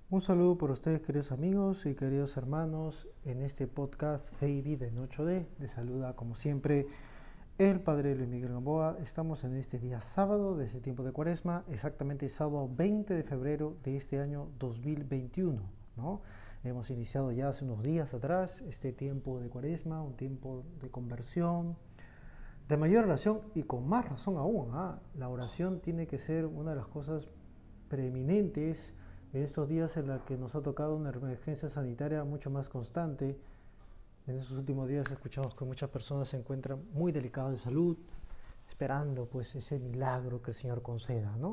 Un saludo por ustedes, queridos amigos y queridos hermanos, en este podcast Fe y Vida en 8D. Les saluda, como siempre, el Padre Luis Miguel Gamboa. Estamos en este día sábado de este tiempo de Cuaresma, exactamente sábado 20 de febrero de este año 2021, ¿no? Hemos iniciado ya hace unos días atrás este tiempo de Cuaresma, un tiempo de conversión, de mayor oración y con más razón aún. La oración tiene que ser una de las cosas preeminentes en estos días en la que nos ha tocado una emergencia sanitaria mucho más constante. En estos últimos días escuchamos que muchas personas se encuentran muy delicadas de salud, esperando pues ese milagro que el Señor conceda, ¿no?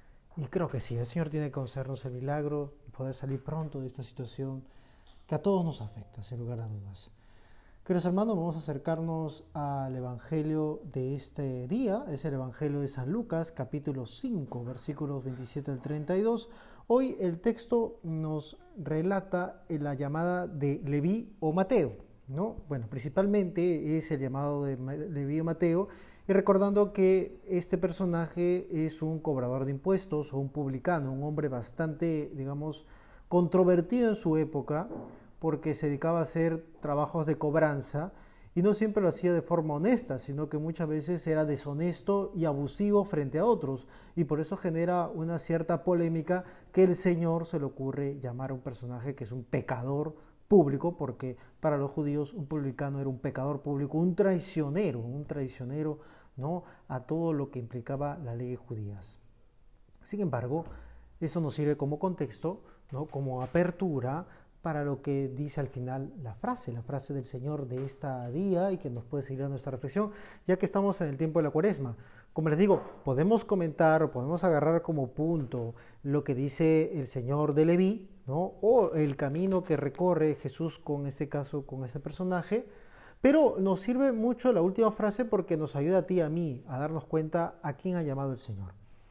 Y creo que sí, el Señor tiene que concedernos el milagro y poder salir pronto de esta situación que a todos nos afecta, sin lugar a dudas. Queridos hermanos, vamos a acercarnos al Evangelio de este día. Es el Evangelio de San Lucas, capítulo 5, versículos 27 al 32. Hoy el texto nos relata la llamada de Leví o Mateo, ¿no? Bueno, principalmente es el llamado de Leví o Mateo, y recordando que este personaje es un cobrador de impuestos o un publicano, un hombre bastante, digamos, controvertido en su época, porque se dedicaba a hacer trabajos de cobranza y no siempre lo hacía de forma honesta, sino que muchas veces era deshonesto y abusivo frente a otros, y por eso genera una cierta polémica que el Señor se le ocurre llamar a un personaje que es un pecador público, porque para los judíos un publicano era un pecador público, un traicionero, ¿no?, a todo lo que implicaba la ley judías. Sin embargo, eso nos sirve como contexto, ¿no?, como apertura para lo que dice al final la frase del Señor de este día, y que nos puede seguir a nuestra reflexión, ya que estamos en el tiempo de la Cuaresma. Como les digo, podemos comentar o podemos agarrar como punto lo que dice el Señor de Leví, ¿no?, o el camino que recorre Jesús con este caso, con ese personaje, pero nos sirve mucho la última frase porque nos ayuda a ti y a mí a darnos cuenta a quién ha llamado el Señor.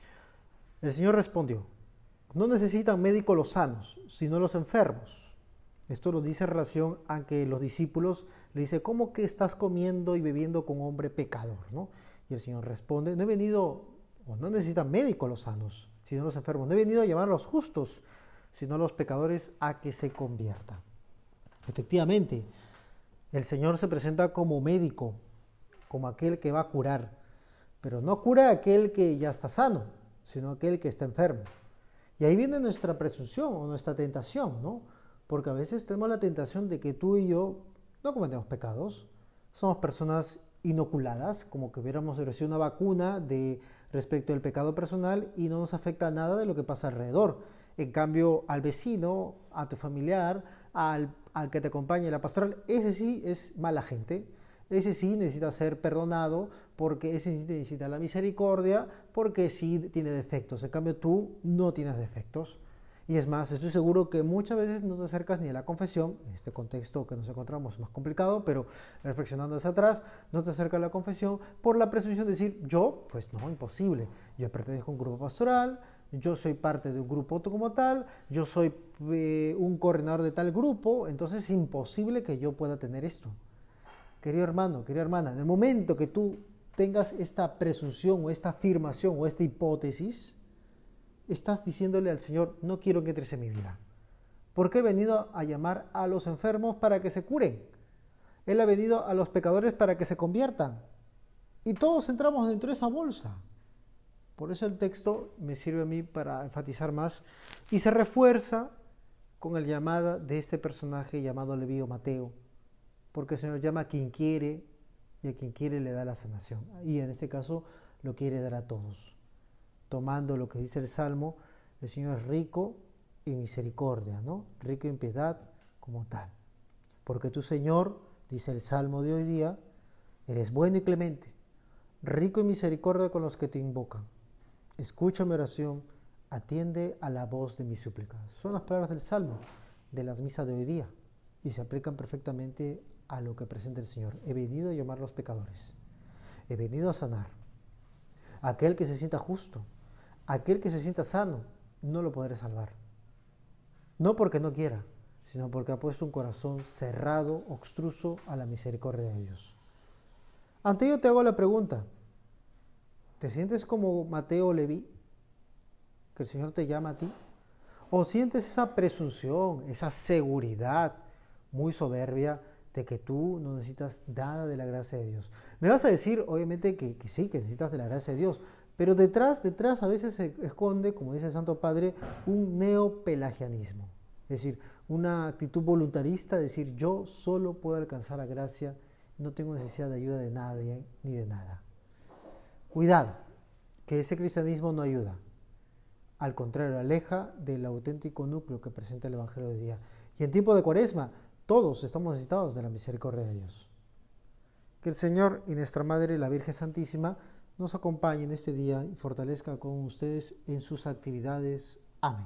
El Señor respondió: no necesitan médicos los sanos, sino los enfermos. Esto lo dice en relación a que los discípulos le dicen: ¿cómo que estás comiendo y bebiendo con un hombre pecador, ¿no? Y el Señor responde: no he venido, o no necesitan médicos los sanos, sino los enfermos. No he venido a llamar a los justos, sino a los pecadores a que se conviertan. Efectivamente, el Señor se presenta como médico, como aquel que va a curar, pero no cura a aquel que ya está sano, sino a aquel que está enfermo. Y ahí viene nuestra presunción o nuestra tentación, ¿no? Porque a veces tenemos la tentación de que tú y yo no cometemos pecados, somos personas inoculadas, como que hubiéramos recibido una vacuna respecto al pecado personal y no nos afecta nada de lo que pasa alrededor. En cambio, al vecino, a tu familiar, al que te acompaña en la pastoral, ese sí es mala gente, ese sí necesita ser perdonado, porque ese sí necesita la misericordia, porque sí tiene defectos. En cambio, tú no tienes defectos. Y es más, estoy seguro que muchas veces no te acercas ni a la confesión. En este contexto que nos encontramos es más complicado, pero reflexionando hacia atrás, no te acercas a la confesión por la presunción de decir: yo, pues no, imposible. Yo pertenezco a un grupo pastoral, yo soy parte de un grupo como tal, yo soy un coordinador de tal grupo, entonces es imposible que yo pueda tener esto. Querido hermano, querida hermana, en el momento que tú tengas esta presunción o esta afirmación o esta hipótesis, estás diciéndole al Señor: no quiero que entres en mi vida, porque he venido a llamar a los enfermos para que se curen. Él ha venido a los pecadores para que se conviertan. Y todos entramos dentro de esa bolsa. Por eso el texto me sirve a mí para enfatizar más, y se refuerza con el llamado de este personaje llamado Leví o Mateo, porque el Señor llama a quien quiere, y a quien quiere le da la sanación. Y en este caso lo quiere dar a todos. Tomando lo que dice el Salmo, el Señor es rico en misericordia, ¿no? Rico en piedad como tal. Porque tú, Señor, dice el Salmo de hoy día, eres bueno y clemente, rico en misericordia con los que te invocan. Escucha mi oración, atiende a la voz de mis súplicas. Son las palabras del Salmo, de las misas de hoy día, y se aplican perfectamente a lo que presenta el Señor. He venido a llamar a los pecadores, he venido a sanar. Aquel que se sienta justo, aquel que se sienta sano, no lo podré salvar. No porque no quiera, sino porque ha puesto un corazón cerrado, obstruso a la misericordia de Dios. Ante ello te hago la pregunta: ¿te sientes como Mateo o Leví, que el Señor te llama a ti? ¿O sientes esa presunción, esa seguridad muy soberbia de que tú no necesitas nada de la gracia de Dios? Me vas a decir, obviamente, que sí, que necesitas de la gracia de Dios, pero detrás a veces se esconde, como dice el Santo Padre, un neopelagianismo. Es decir, una actitud voluntarista, de decir, yo solo puedo alcanzar la gracia, no tengo necesidad de ayuda de nadie ni de nada. Cuidado, que ese cristianismo no ayuda. Al contrario, aleja del auténtico núcleo que presenta el Evangelio de hoy día. Y en tiempo de Cuaresma, todos estamos necesitados de la misericordia de Dios. Que el Señor y nuestra Madre, la Virgen Santísima, nos acompañe en este día y fortalezca con ustedes en sus actividades. Amén.